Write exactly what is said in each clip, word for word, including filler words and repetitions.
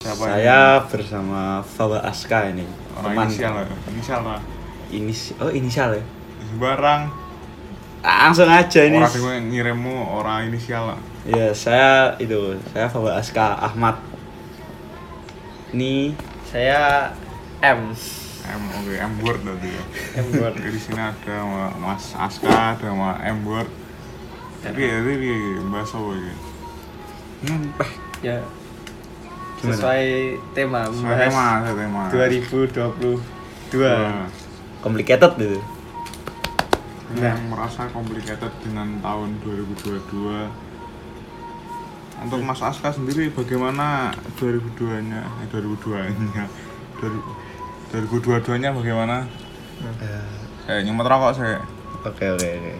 siapa Saya ini? bersama Fawa Aska ini. Orang teman inisial lah, inisial lah. Inis oh inisial ya. Sembarang. Langsung aja ini. Orang yang ngirimmu orang inisial lah. Ya, saya itu, saya Fawa Aska Ahmad. Ini Saya M. M, oke, M Word tadi ya. M Word. Di sini ada Mas Aska, ada Mas M Word. Tapi ya ini bahasa apa ini? nyempeh. Ya. Gimana? Sesuai tema Saya membahas tema, saya tema. dua ribu dua puluh dua. Wah, Complicated gitu. yang merasa complicated dengan tahun dua ribu dua puluh dua. Untuk Mas Aska sendiri bagaimana dua ribu dua-nya? Eh, dua ribu dua-nya. dua ribu dua puluh dua-nya bagaimana? Uh, Eh, nyumet rokok saya. Oke oke oke.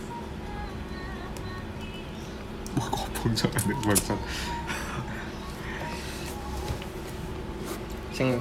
Wah, kok puncak ini bangsat. Sing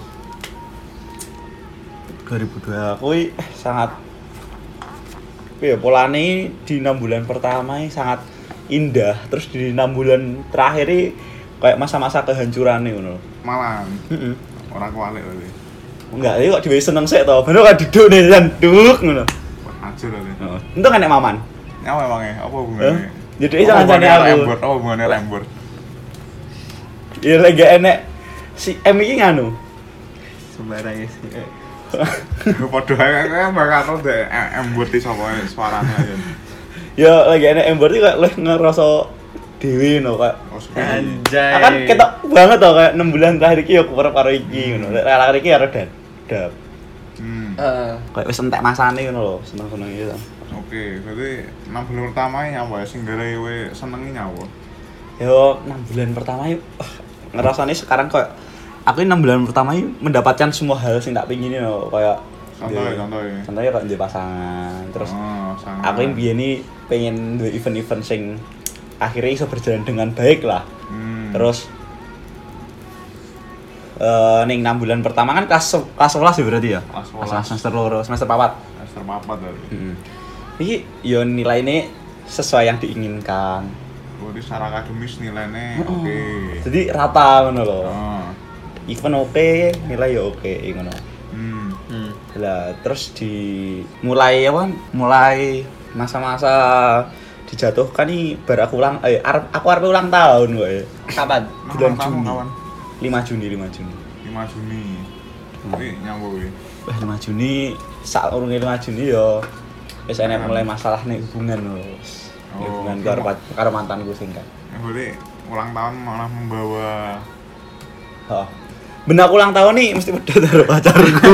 dua ribu dua kuwi sangat ya polane di enam bulan pertama ini sangat indah, terus di enam bulan terakhir ini kayak masa-masa kehancuran nih ngono. Malam. Heeh. Orang kualik tadi. Enggak, ini kok dhewe seneng sik to. Bener kan duduk nih dan duduk ngono. Hancur tadi. Heeh. Entuk kan nek maman. Nyawa emangnya, apa hubungannya? Jadi jangan jane aku. Lembur, apa hubungannya lembur? Ya lagi enek si M iki nganu. sembarang sih. Padha ae kan bakal tau deh lembur di sapa suarane aja. Ya lagi enek M berarti kayak leh ngerasa dewi no kayak Oh, seperti Anjay. kan ketok banget tau kayak enam bulan terakhir iki ya kurang karo iki ngono. Lek terakhir iki karo dadap. Hmm. Heeh. Kayak wis entek masane ngono lho, seneng-seneng gitu. Oke, berarti enam bulan pertama nyawa sing gara kowe senengi nyawa. Yo enam bulan pertama yuk uh, ngerasane sekarang kayak aku enam bulan pertama yuk mendapatkan semua hal sing tak pingin yo kayak Contohnya, contohnya. Contohnya kayak di pasangan. Terus Oh, sangat. aku yang biyen ini pengen duwe event-event sing akhirnya bisa berjalan dengan baik lah. Hmm. Terus eh ning enam bulan pertama kan kelas kelas sebelas ya berarti ya? Kelas sebelas. Kelas semester loro, semester papat. semester papat tadi. Heeh. Iki yo nilainya sesuai yang diinginkan. Berarti secara akademis nilainya Heeh. oke. Jadi rata ngono lho. Oh. Event oke, nilai ya oke ngono. Hmm. Hmm. Lah terus di mulai apa? Mulai masa-masa dijatuhkan nih bar aku ulang eh arep aku arep ulang tahun kowe. Kapan? Bulan Kamu Juni. kawan. lima Juni, lima Juni. lima Juni. Berarti nyawa kowe. Wah, lima Juni sak urunge lima Juni yo wis enek mulai masalah nih hubungan lho. Oh, Hubungan oke. karo pac- karo mantanku sing kan. Ya, berarti ulang tahun malah membawa Heeh. Ben aku ulang tahun nih mesti pedot karo pacarku.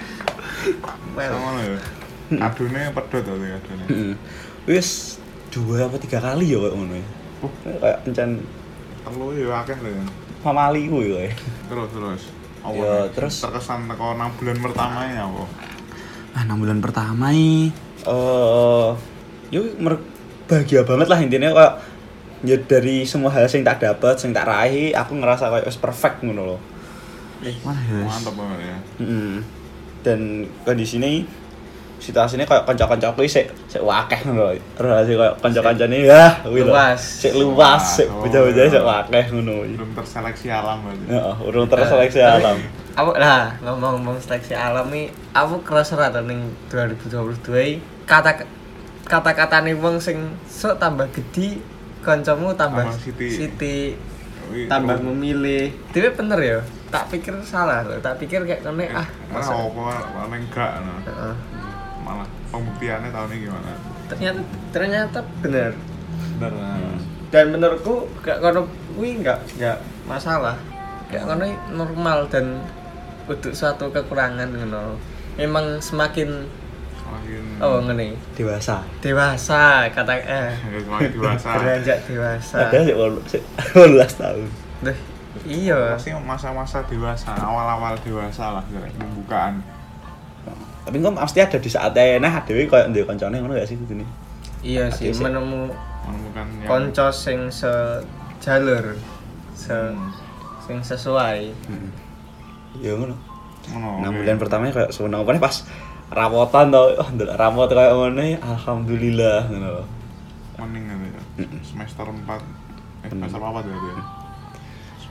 sama lho ya. Kadune pedot tadi kadune. Heeh. Wis dua apa tiga kali ya kayak ngono ya. Oh. Kayak encen Telu ya akeh lho ya. famali ku ya. Terus terus. Apa Ya, nih? terus- terkesan teko enam bulan pertamanya apa? Ah, enam bulan pertama nih eh yo mer- bahagia banget lah intinya kayak ya dari semua hal yang tak dapat, yang tak raih, aku ngerasa kayak wis perfect ngono loh. Eh, Wah, yes. Mantap banget ya. Mm-mm. Dan kondisi ini situasinya kayak kanca-kancaku sik sik wakeh ngono lho. Relasi kayak kanca-kancane ya kuwi lho. Luas. Sik luas, sik Oh, bocah-bocah iya. sik wakeh ngono. Belum terseleksi alam berarti. Heeh, urung terseleksi Tapi, alam. Aku lah ngomong-ngomong seleksi alam nih, aku kerasa rata ning dua ribu dua puluh dua iki kata kata-kata nih wong sing sok tambah gede, kancamu tambah Tambah siti. siti, Wih, tambah terus- memilih. Dewe bener ya? Tak pikir salah loh. Tak pikir kayak kene ah. Nah, masa- apa malah enggak nah. Heeh. Malah pembuktiannya tahun ini gimana? Ternyata ternyata bener. Bener. Nah. Dan menurutku gak kono kuwi enggak enggak masalah. Gak kono normal dan untuk suatu kekurangan ngono. Memang semakin Semakin oh ngene. Dewasa. Dewasa kata eh semakin dewasa. beranjak dewasa. Ada sik wolu- sik wolulas tahun. Duh, iya. Pasti masa-masa dewasa, awal-awal dewasa lah kira pembukaan. Tapi kok pasti ada di saatnya nah dhewe koyo ndek kancane ngono gak sih kudune? Iya sih Sik. menemu Menemukan yang konco sing sejalur se Hmm. sing sesuai. Heeh. Ya ngono. Ngono, enam oke. bulan pertama kayak seneng apa pas rapotan to, oh ndelok rapot kayak ngene, alhamdulillah ngono lho. Mending gitu ya. Mm-mm. Semester empat eh Hmm. semester apa ya dia?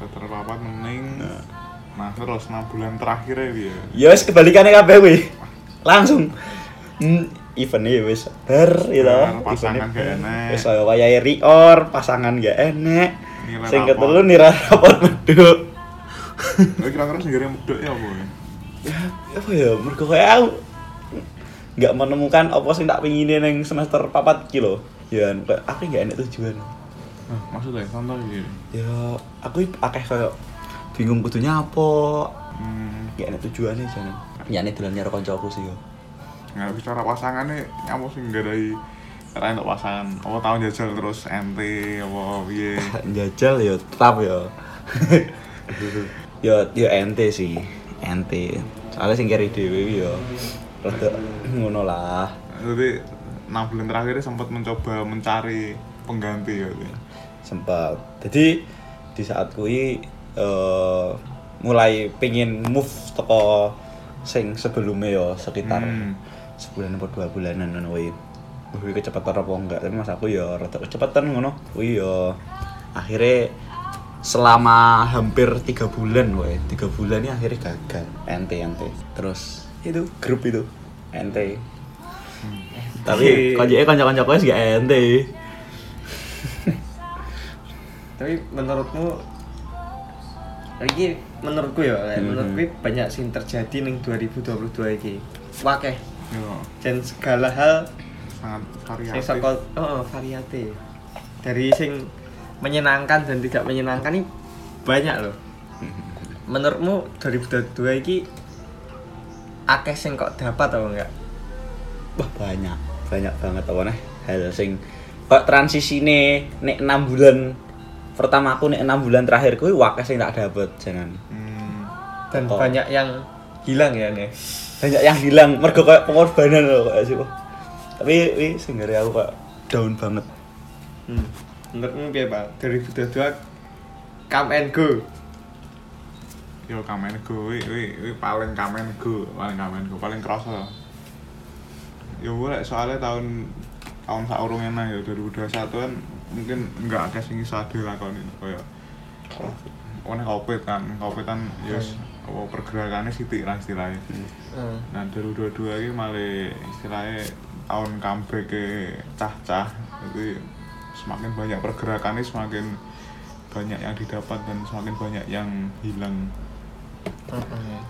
terpapat mending. Nah, terus enam bulan terakhir ya. Ya wis kebalikannya kabeh kuwi. Langsung hmm, event iki wis ber gitu. Pasangan gak enek. Wis kaya wayahe Rior, pasangan gak enek. Nilai Sing rapor. ketelu nira rapor medhuk. Lha kira-kira sing gere medhuk ya apa? Ya, apa ya mergo kaya aku nggak menemukan apa sing tak pingine ning semester papat iki lho. Ya kayak aku nggak enek tujuan. Nah, maksudnya contoh iki. Ya aku akeh kaya bingung kudunya apa. Hmm, Nggak enek tujuane jangan. Ya nek dolan karo kancaku sih yo. nggak bicara pasangan nih, apa sih nggak dari cara untuk pasangan? Apa tahun jajal terus ente, apa piye? Jajal ya tetap ya. Ya ya ente sih, ente. Soalnya sing keri dhewe ya rada ngono lah. Jadi enam bulan terakhir sempat mencoba mencari pengganti ya. Sempat. Jadi di saat kuwi eh mulai pengen move teko sing sebelumnya ya sekitar Hmm. sebulan atau dua bulanan ngono kuwi. Kuwi kecepatan apa enggak? Tapi mas aku ya rada kecepatan ngono. Kuwi ya akhirnya selama hampir tiga bulan woy, tiga bulan ini akhirnya gagal. Ente ente. Terus itu grup itu ente. Hmm. Tapi konjeke kanca-kanca kowe gak ente. Tapi menurutmu lagi menurutku ya, kayak Mhm. menurutku banyak sing terjadi ning dua ribu dua puluh dua iki. Wakeh Yo, dan segala hal sangat sing variatif. saka oh, variatif. Dari sing menyenangkan dan tidak menyenangkan ini banyak loh. Menurutmu dua ribu dua puluh dua iki akeh sing kok dapat atau enggak? Wah banyak, banyak banget apa nih hal sing kok transisine nek enam bulan pertama aku nek enam bulan terakhir kuwi wakeh sing tak dapet jangan. Hmm, Dan Oh. banyak yang hilang ya nih. Banyak yang hilang mergo kayak pengorbanan loh kayak sih. Tapi wi sing ngare aku kok down banget. Hmm. Menurutmu piye, Pak? dua ribu dua puluh dua come and go. yo kamen go, wi wi wi paling kamen go, paling kamen go, paling kerasa. Yo boleh soalnya tahun tahun saurunge nang ya dua ribu dua puluh satu kan mungkin enggak ada sing iso dilakoni koyo ono Covid kan, Covid kan yes apa pergerakannya sithik lah istilahnya. Hmm. Nah dua ribu dua puluh dua ini malah istilahnya tahun comeback ke cah-cah, jadi semakin banyak pergerakannya semakin banyak yang didapat dan semakin banyak yang hilang. Heeh.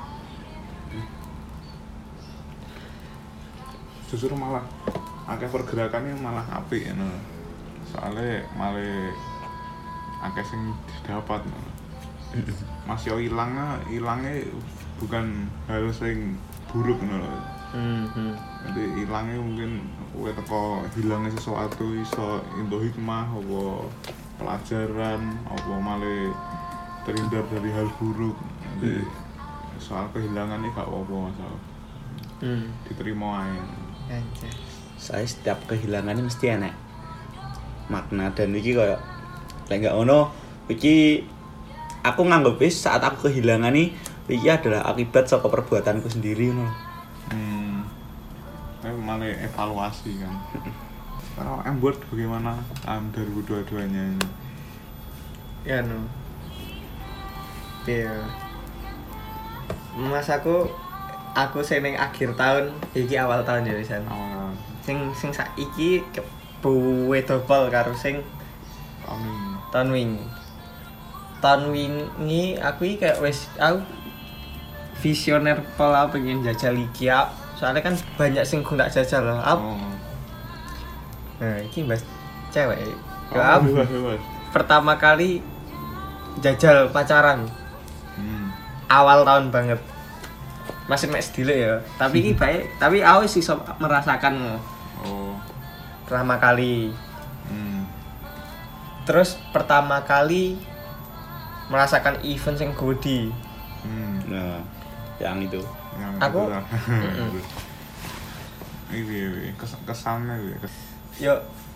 Justru malah akeh pergerakannya malah apik ya, soalnya malah akeh sing didapat. Masih hilangnya hilangnya bukan hal sing buruk no. Hmm. Jadi hilangnya mungkin kowe teko hilangnya sesuatu iso entuk hikmah apa pelajaran apa malah terhindar dari hal buruk. Jadi soal kehilangan ini gak apa-apa masalah. Hmm. Diterima aja. Anjay. Saya setiap kehilangan ini mesti enak makna dan iki kayak lek gak ngono iki aku nganggep wis saat aku kehilangan ini iki adalah akibat saka perbuatanku sendiri ngono. Hmm. Tapi malah evaluasi kan. Kalau em buat bagaimana tahun dua ribu dua puluh dua-nya ini? Ya no. Iya. Mas aku aku sing ning akhir tahun iki awal tahun ya wisan. Awal Sing sing saiki kebuwe dobel karo sing tahun ini. tahun wingi. Tahun wingi aku iki kayak wis aku visioner pola pengen jajal iki ya. Soalnya kan banyak sing gak jajal lah. Aku, Oh. nah, iki Mas cewek. Oh, Ya, aku bebas, bebas. pertama kali jajal pacaran Hmm. awal tahun banget. Masih mek sedile ya. Tapi iki bae, tapi aku wis iso merasakan Oh. pertama kali. Hmm. Terus pertama kali merasakan event sing gede. Hmm. Nah, yang itu. Yang Aku- itu lah. Mm-mm. Ini ini kes- kesannya ini. Kes- Yo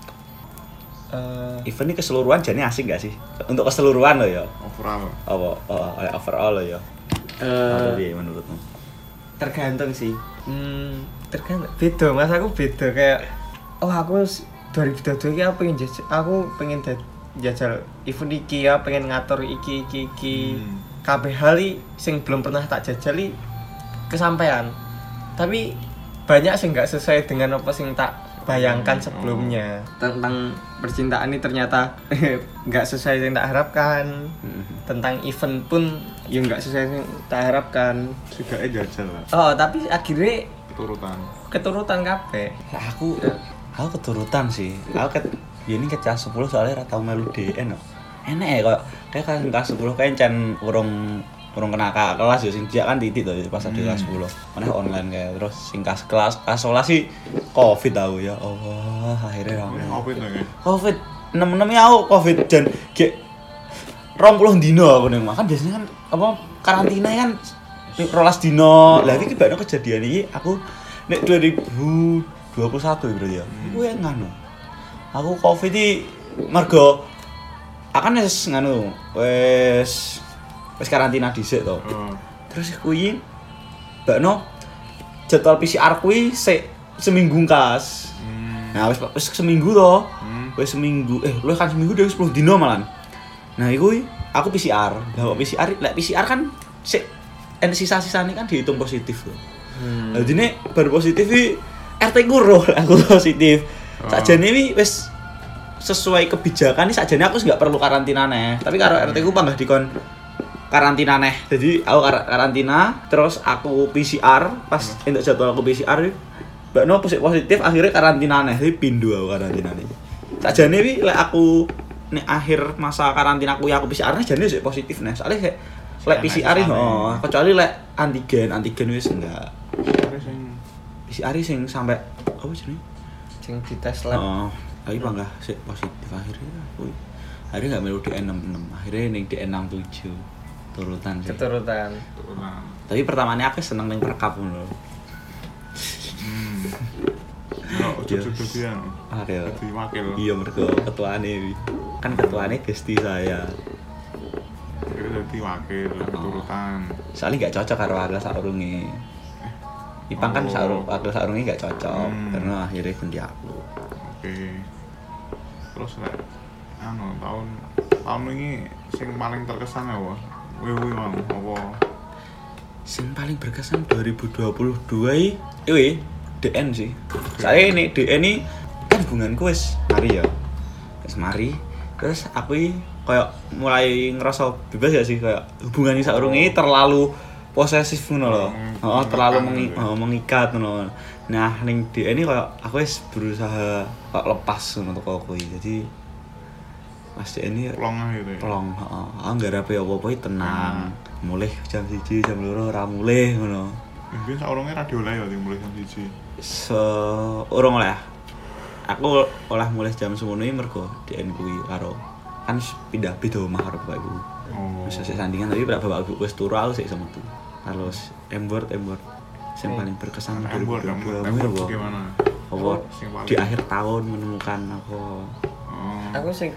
eh Event ini keseluruhan jadi asik gak sih? Untuk keseluruhan loh ya. overall. Apa oh, oleh overall loh ya. Apa piye menurutmu? tergantung sih. Hmm, tergantung. Beda, Mas aku beda kayak oh aku s- dua ribu dua puluh dua iki aku pengen jajal, aku pengen dad- jajal event iki ya pengen ngatur iki iki iki Hmm. kabeh hal i sing belum pernah tak jajali kesampaian tapi banyak sing nggak sesuai dengan apa sing tak bayangkan sebelumnya tentang percintaan ini ternyata nggak sesuai yang tak harapkan tentang event pun ya nggak sesuai yang tak harapkan Sigake jajal lah, oh tapi akhirnya turutan. keturutan kabeh Aku aku keturutan sih. Aku ket ya ini kelas sepuluh soalnya ora tau melu D N kok. Enak ya kok kayak kan kelas sepuluh kayak encen urung urung kena kakak kelas ya sing dia kan titik tuh pas di kelas sepuluh. Mana online kayak terus sing kelas kelas kelas sebelas sih Covid tahu ya. Allah, akhirnya Ini rame. Covid lagi. Covid enam-enam ya aku Covid dan kayak rong puluh dino aku ning makan biasanya kan apa karantina kan rolas dino. Lah iki kebakno kejadian iki aku nek dua ribu dua puluh satu ya berarti ya. Aku yang nganu. Aku Covid iki mergo akan wis nganu wis wis karantina dhisik to. Oh. Terus kuwi bakno jadwal P C R kuwi sik seminggu kas. Hmm. Nah wis wis seminggu to. Hmm. Wis seminggu eh lu kan seminggu udah sepuluh dino malan. Nah iku aku P C R. Lah kok P C R lek P C R kan sik en sisa-sisane kan dihitung positif loh. hmm. Lah dene baru positif iki R T ku roh aku positif. Oh. Sakjane iki wis sesuai kebijakan iki sakjane aku enggak perlu karantina neh. Tapi karo R T ku panggah dikon karantina neh. Jadi aku kar- karantina terus aku P C R pas entuk jadwal aku P C R bakno positif akhirnya karantina neh. Jadi pindu aku karantina nih. Sakjane iki lek aku nek akhir masa karantina aku ya aku P C R nih jane wis positif nih. Soalnya kayak lek P C R iki heeh, kecuali lek antigen, antigen wis enggak. Ada sing P C R sing sampai apa jenenge? sing dites lab Oh, tapi panggah sik positif akhirnya aku. Akhirnya enggak melu D N enam puluh enam, akhirnya ning D N enam puluh tujuh turutan sih. keturutan turunan. Tapi pertamanya aku seneng ning perkap ngono. Hmm. Oh, ujuk-ujuk dia. Ada. Jadi wakil. Iya mergo ketuane iki. Kan ketuane bestie saya. Akhirnya jadi wakil turutan. Soalnya gak cocok karo wakil saurunge. Ipang kan Oh. saurung wakil saurunge gak cocok Hmm. karena akhirnya ganti aku. Oke. Terus lek anu tahun tahun ini sing paling terkesan ya wah. Wewe mau apa? Sing paling berkesan dua ribu dua puluh dua iki eh D N sih. Soalnya ini D N ini kan hubunganku wis mari ya. Wis mari. Terus aku iki kayak mulai ngerasa bebas ya sih kayak hubungan iki saurunge terlalu posesif ngono lho. Heeh, terlalu mengi- oh, mengikat ngono. Nah, ning D N ini kayak aku wis berusaha kok lepas ngono teko kuwi. Jadi Mas D N ini Plong aja gitu ya. plong, heeh. Aku nggarepe apa-apa iki tenang. Mulih jam siji, jam loro ora mulih ngono. Mungkin saurungnya radio lah ya yang mulai jam siji. Se urung lah. Aku olah mulai jam semono iki mergo D N kuwi karo kan pindah beda omah karo bapak ibu. Oh. Wis sik sandingan tapi bapak ibu wis turu aku sik semetu. Terus M-word M-word sing Oh. paling berkesan Embor, dua ribu dua puluh dua embor apa? gimana? Apa Sing paling- di akhir tahun menemukan apa? Oh. aku sing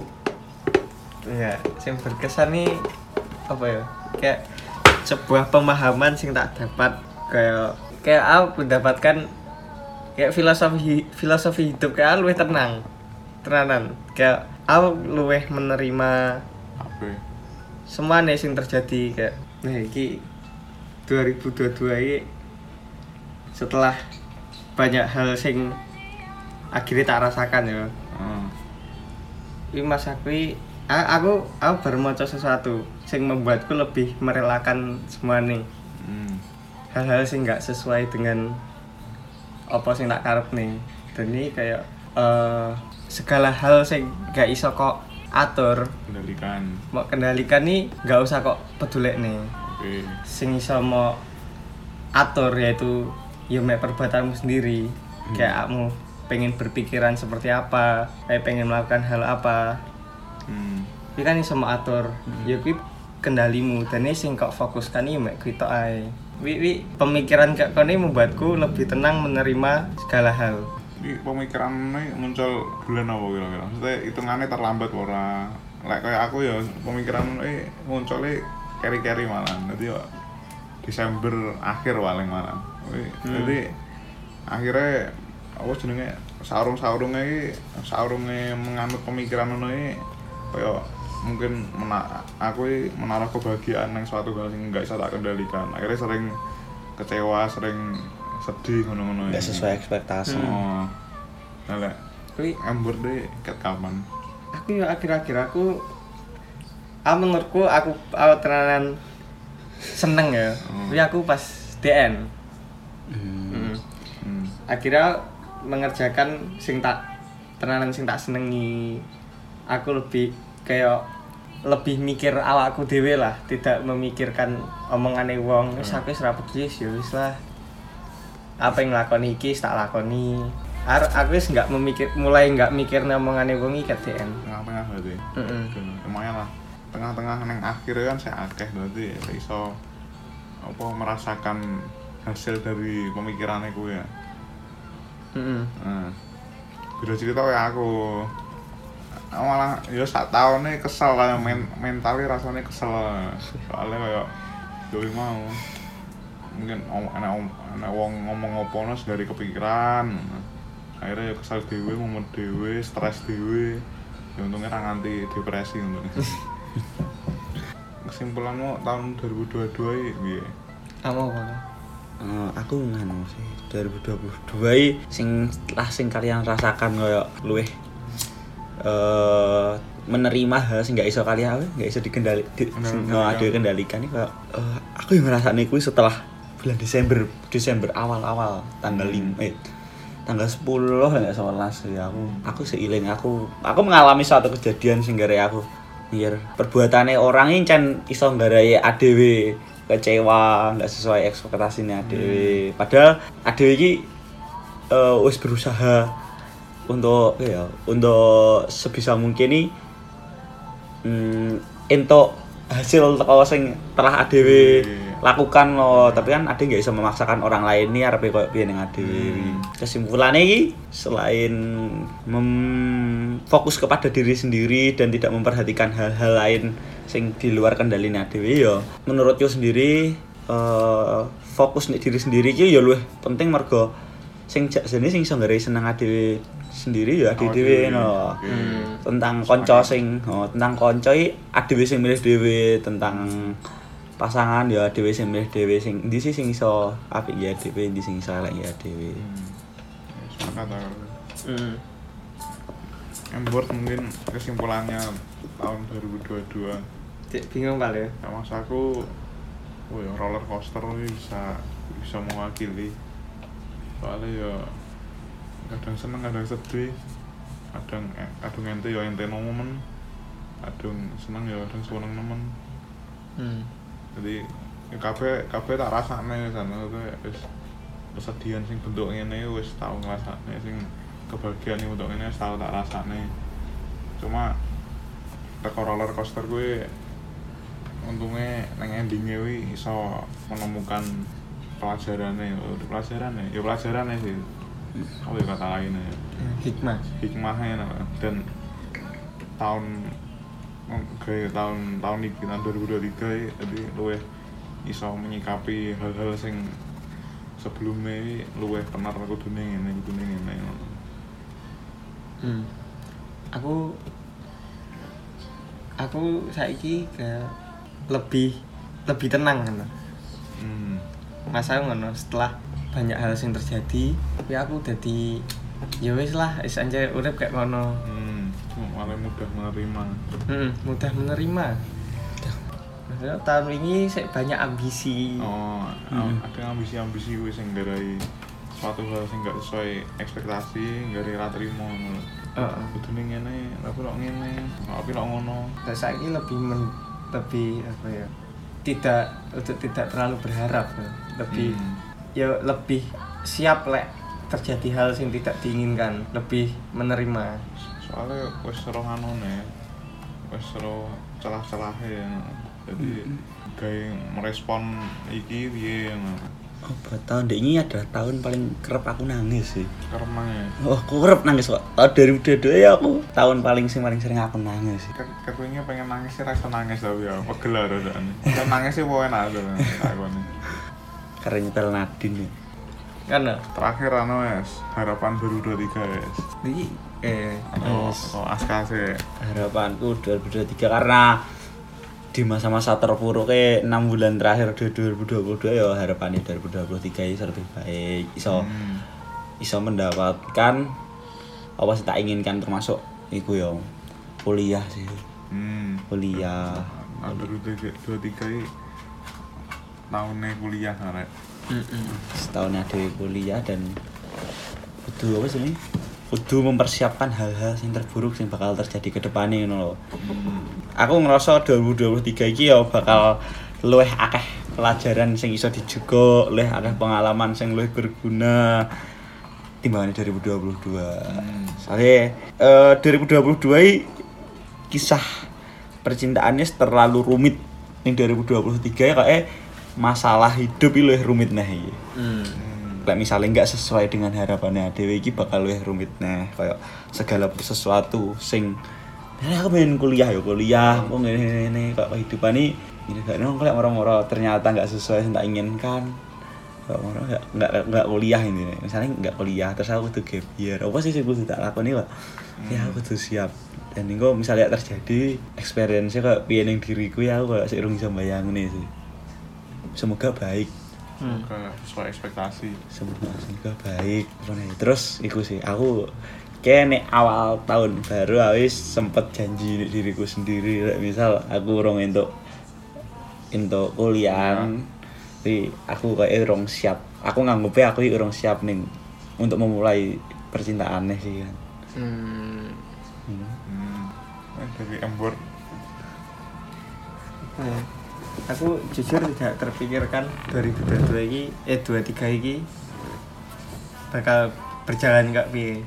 ya sing berkesan nih apa ya kayak sebuah pemahaman sing tak dapat kayak kayak aku mendapatkan kayak filosofi filosofi hidup kayak aku luwih tenang tenanan kayak aku luwih menerima Apa? semua nih sing terjadi kayak nah iki dua ribu dua puluh dua ini setelah banyak hal sing akhirnya tak rasakan ya Oh. ini mas aku ini- a- aku aku baru mau sesuatu sing membuatku lebih merelakan semua nih Hmm. hal-hal sing nggak sesuai dengan apa sing tak karep nih dan ini kayak eh, segala hal sing nggak iso kok atur Kendalikan. mau kendalikan nih nggak usah kok peduli nih Oke. sing iso mau atur yaitu ya mek perbuatanmu sendiri kayak kamu pengen berpikiran seperti apa kayak pengen melakukan hal apa Hmm. tapi kan iso mau atur ya kuwi kendalimu dan ini sing kok fokuskan iki mek kuwi tok ae wi wi pemikiran kayak kene membuatku lebih tenang menerima segala hal Ini pemikiran ini muncul bulan apa kira-kira? Maksudnya hitungannya terlambat ora. Lek kayak aku ya pemikiran ini munculnya keri-keri malah. Jadi ya Desember akhir paling malah. Wih, Jadi akhirnya apa jenenge saurung-saurunge iki saurunge menganut pemikiran ngono iki kayak mungkin mena aku iki menaruh kebahagiaan yang suatu hal yang nggak bisa tak kendalikan, akhirnya sering kecewa, sering sedih ngono-ngono nggak sesuai ekspektasi. oh nah lek Kuwi embur deh ket kapan aku ya akhir-akhir aku ah menurutku aku aku tenanan seneng ya. Hmm. Kuwi aku pas D N. Hmm. Hmm. hmm. Akhirnya mengerjakan sing tak tenanan sing tak senengi. Aku lebih kayak lebih mikir awakku dhewe lah, tidak memikirkan omongane wong. Wis aku wis ra peduli ya wis lah. Apa yang nglakoni iki wis tak lakoni. Ar aku wis enggak memikir mulai enggak mikir omongane wong iki D N. tengah-tengah berarti Heeh. lumayan lah tengah-tengah neng akhirnya kan saya akeh berarti ya iso apa merasakan hasil dari pemikirannya ku ya. Heeh. Nah, beda cerita kayak aku malah ya sak tahunnya kesel lah men mentalnya rasanya kesel soalnya kayak doi mau mungkin om anak om anak wong ngomong apa nos dari kepikiran akhirnya ya kesel dewe mumet dewe stres dewe ya untungnya ra nganti depresi untungnya. Kesimpulanmu tahun dua ribu dua puluh dua ini piye? Kamu apa? Uh, aku nganu sih dua ribu dua puluh dua iki sing lah sing kalian rasakan koyo luwih uh, menerima hal sing gak iso kalian gak iso dikendali di, no, ada kendalikan iki koyo uh, aku yang ngrasakne kuwi setelah bulan Desember Desember awal-awal tanggal lima eh tanggal sepuluh enggak sebelas ya aku aku seiling aku aku mengalami suatu kejadian sing gara aku biar perbuatannya orang ini can iso nggarai A D W kecewa nggak sesuai ekspektasinya A D W hmm. padahal A D W ini uh, wis berusaha untuk ya untuk sebisa mungkin nih um, untuk hasil teko sing telah A D W hmm. lakukan loh, tapi kan ada nggak bisa memaksakan orang lain nih arepe koyo piye ning A D W. Hmm. Kesimpulannya iki selain mem- fokus kepada diri sendiri dan tidak memperhatikan hal-hal lain sing di luar kendali A D W ya menurutku sendiri uh, fokus nih diri sendiri iki ya luwih penting mergo sing jane sing iso nggarai seneng A D W sendiri ya A D W no. Hmm. Tentang kanca sing oh, tentang kanca iki A D W sing milih dhewe, tentang pasangan ya A D W sing milih dhewe sing endi sih sing iso apik ya A D W, endi sing iso elek ya A D W. Hmm. Sepakat aku. Hmm. Embor mungkin kesimpulannya tahun dua ribu dua puluh dua Cek bingung kali ya. Ya mas aku oh ya, roller coaster ini bisa bisa mewakili soalnya ya kadang seneng kadang sedih kadang kadang ente ya ente momen kadang seneng ya kadang seneng nemen Hmm. jadi ya kabeh kabeh tak rasane sana itu wis kesedihan sing bentuk ngene wis tau ngrasakne sing kebahagiaan yang bentuk ngene wis tau tak rasane cuma teko roller coaster gue untungnya neng endingnya wi iso menemukan pelajarannya pelajarannya ya pelajarannya sih apa ya kata lainnya Hikmah. hikmahnya nah. Dan tahun kayak tahun tahun ini tahun dua ribu dua puluh tiga jadi luwih iso menyikapi hal-hal sing sebelumnya luwih tenar kudune ngene kudune ngene Hmm. Aku aku saiki kayak lebih lebih tenang kan. hmm. Masa ngono setelah banyak hal yang terjadi, tapi aku jadi ya wis lah, wis anjir urip kayak ngono. hmm. Malah mudah menerima Hmm, mudah menerima. Maksudnya tahun ini saya banyak ambisi. oh Hmm. ada ambisi-ambisi gue sing garai suatu hal sing gak sesuai ekspektasi garai ra trimo ngono Heeh. kudune ngene tapi kok ngene tapi kok ngono Dan saya ini lebih men, lebih apa ya? Tidak untuk tidak terlalu berharap, ya. Lebih hmm. ya lebih siap lek terjadi hal yang tidak diinginkan, lebih menerima. Soalnya wis ro anone wis ro celah-celahe ya. Jadi gawe merespon iki piye ngono Oh, pada tahun ini adalah tahun paling kerep aku nangis sih. keremane Oh, aku kerep nangis kok. Tahun dua ribu dua puluh dua ya aku tahun paling sing paling sering aku nangis sih. kepengin pengen nangis sih rasa nangis tapi ya pegel ora rasane kan nangis sih poe enak to aku nih Karena nyetel Nadine. Karena terakhir anu wes harapan dua ribu dua puluh tiga wes jadi Eh, atau, yes. atau Aska sih. Harapanku dua ribu dua puluh tiga karena di masa-masa terpuruk ke enam bulan terakhir di dua ribu dua puluh dua ya harapannya dua ribu dua puluh tiga ini lebih baik iso Hmm. iso mendapatkan apa sih tak inginkan termasuk iku ya kuliah sih Hmm. kuliah Nah, dua ribu dua puluh tiga ini tahunnya kuliah arek. Heeh. setahun ada kuliah dan kudu apa sih kudu mempersiapkan hal-hal yang terburuk yang bakal terjadi ke depannya ngono lho. Aku ngerasa dua ribu dua puluh tiga iki ya bakal luwih akeh pelajaran sing iso dijugo, luwih akeh pengalaman sing luwih berguna timbangannya dua ribu dua puluh dua. Hmm. Soalnya eh, dua ribu dua puluh dua ini kisah percintaannya terlalu rumit. Ning dua ribu dua puluh tiga ya kayak masalah hidup iki luwih rumit nah iki. Hmm. Lek misalnya nggak sesuai dengan harapannya dhewe iki bakal luwih rumit nah kayak segala sesuatu sing ya aku pengen kuliah ya kuliah kok ngene ngene kok kehidupan ini ini gak nong lek moro-moro ternyata nggak sesuai yang tak inginkan kok moro nggak nggak nggak kuliah ini misalnya nggak kuliah terus aku tuh gap year apa sih sih kudu tak lakoni kok ya aku tuh siap dan ini kok misalnya terjadi experience-nya kayak piye ning diriku ya aku kayak sik urung iso mbayangne sih semoga baik. Hmm. Semoga sesuai ekspektasi. Semoga semoga baik. Terus iku sih aku kayak nek awal tahun baru awis sempet janji nek diriku sendiri like, misal aku urung entuk entuk kuliah. Tapi aku kayak urung siap. Aku nganggepnya aku iki urung siap ning untuk memulai percintaannya sih kan. Hmm. Hmm. Hmm. Eh, dari Embor. Eh, aku jujur tidak terpikirkan dua ribu dua puluh dua ini eh dua puluh tiga ini bakal berjalan kayak piye.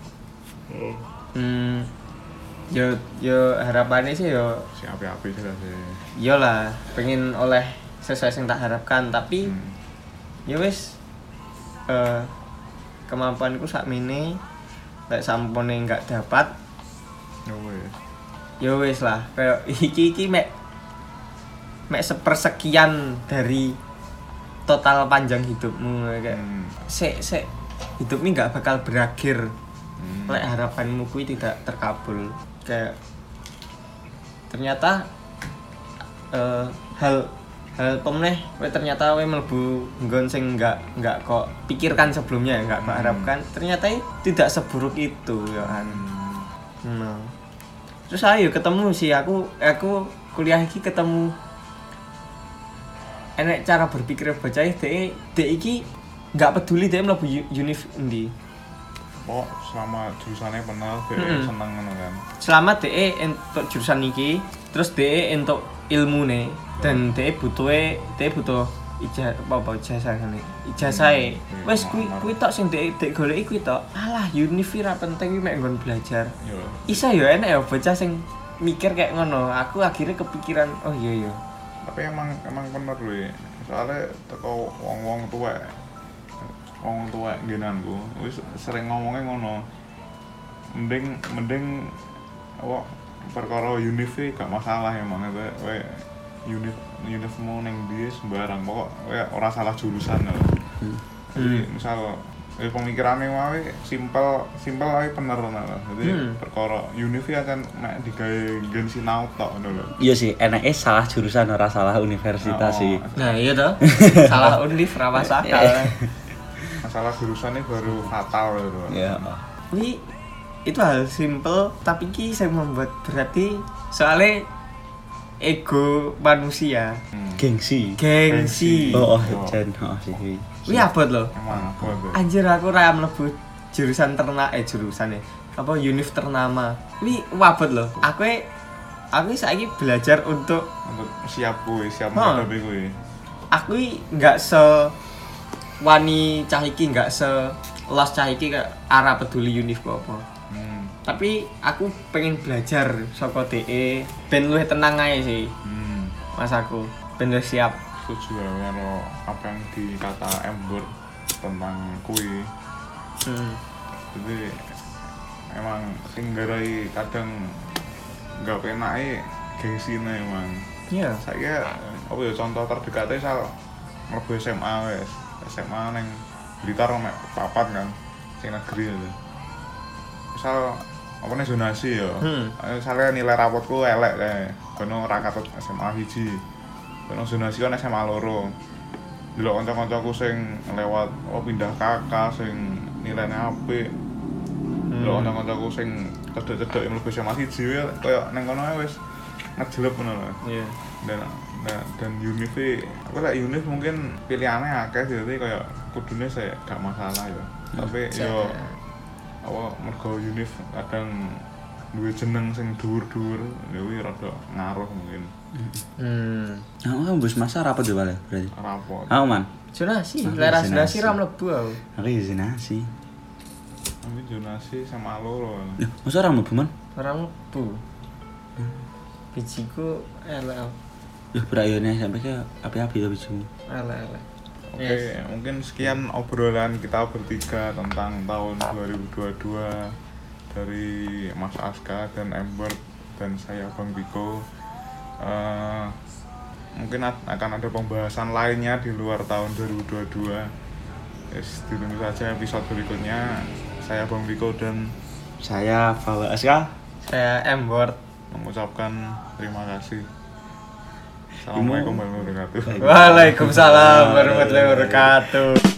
Hmm. Yo yo harapannya sih yo Si api-api sih sih. iyalah pengen oleh sesuai yang tak harapkan tapi Hmm. ya wis eh kemampuanku sakmene lek sampune enggak dapat Ya wes. ya wis lah kayak iki iki mek mek sepersekian dari total panjang hidupmu kayak Hmm. sik sik hidup ini nggak bakal berakhir Hmm. lek harapanmu kuwi tidak terkabul kayak ternyata eh, hal hal pemeneh kowe ternyata kowe mlebu nggon sing enggak enggak kok pikirkan sebelumnya enggak kok Hmm. harapkan ternyata tidak seburuk itu ya kan. Hmm. Nah. Terus ayo ketemu sih aku aku kuliah iki ketemu enek cara berpikir baca dhek dhek iki enggak peduli dhek mlebu u- univ endi. Oh, selama jurusannya benar, dia Mm-mm. seneng ngono kan. Selama dhek entuk jurusan iki, terus dhek entuk ilmune dan dhek butuhe dhek butuh ijazah apa apa ijazah ngene. Ijazahe. Hmm, Wes iya, kuwi mantap. kuwi tok sing dhek dhek goleki kuwi tok. Alah, univ ra penting kuwi mek nggon belajar. Yo. Isa ya enek ya bocah sing mikir kayak ngono. Aku akhirnya kepikiran, oh iya iya. Tapi emang emang bener loh ya. Soalnya teko wong-wong tua. Wong tua genanku wis sering ngomongnya ngono. Mending mending apa perkara univ e gak masalah emang kowe kowe univ univ mau ning ndi sembarang pokok kowe ora salah jurusan lho. Jadi Hmm. misal eh, pemikirannya wae simpel simpel wae bener ngono lho. Jadi Hmm. perkara univ akan mek digawe gen sinau tok ngono lho. Iya sih, enake salah jurusan ora salah universitas Oh, sih. Nah, iya toh. Salah univ ra masakal. Masalah jurusannya baru fatal gitu. Ya. Ini itu hal simple tapi ki saya membuat berarti soalnya ego manusia, Hmm. Gengsi. gengsi. Oh, oh, Oh. Jen, oh sih. Wih abot loh. Emang apa tuh? Anjir aku ra mlebu jurusan ternak eh jurusan ya. Apa univ ternama. Wih wabot loh. Aku e- aku saiki belajar untuk Untuk siap kuwi, siap Hah. menghadapi kuwi. aku i nggak se wani cah iki nggak se los cah iki ke arah peduli univ apa. Hmm. Tapi aku pengen belajar saka D E ben luwih tenang ae sih Hmm. mas aku ben luwih siap. Setuju ya karo apa yang dikata Embur tentang kuwi. Hmm. Jadi emang sing garai kadang nggak penake gengsine emang. Iya. Saya apa ya contoh terdekatnya sal mlebu S M A wes. S M A neng Blitar mek papat kan sing negeri lho. Wis misal apa nih zonasi ya. Hmm. Misalnya nilai rapotku elek kae. Kono ora katut S M A siji. Kono zonasi kan S M A loro. Delok kanca-kancaku sing lewat oh pindah kakak sing nilainya apik. Delok kanca-kancaku sing cedek-cedek mlebu S M A siji koyo ning kono wis ngejelep ngono lho. Iya. Dan nah, dan univ e aku lek univ mungkin pilihannya akeh jadi kayak kudune saya gak masalah ya. Tapi yo apa mergo univ kadang duwe jeneng sing dhuwur-dhuwur ya kuwi rada ngaruh mungkin. Hmm. Aku kan bus masa rapat ya Pak berarti. Rapot. Aku man. Zonasi, Aku lera zonasi. zonasi ra mlebu aku. Aku ya zonasi. Tapi zonasi sama loro. Ya, masa ora mlebu man? Ora mlebu. Bijiku elek. Ya berayone sampai ke api-api ya bijimu. Elek-elek. Oke, mungkin sekian obrolan kita bertiga tentang tahun dua ribu dua puluh dua dari Mas Aska dan Embert dan saya Bang Biko. Uh, mungkin akan ada pembahasan lainnya di luar tahun dua ribu dua puluh dua. Yes, ditunggu saja episode berikutnya. Saya Bang Biko dan Saya Fawa Aska. Saya Embert. mengucapkan terima kasih. Assalamualaikum warahmatullahi wabarakatuh. Waalaikumsalam warahmatullahi wabarakatuh.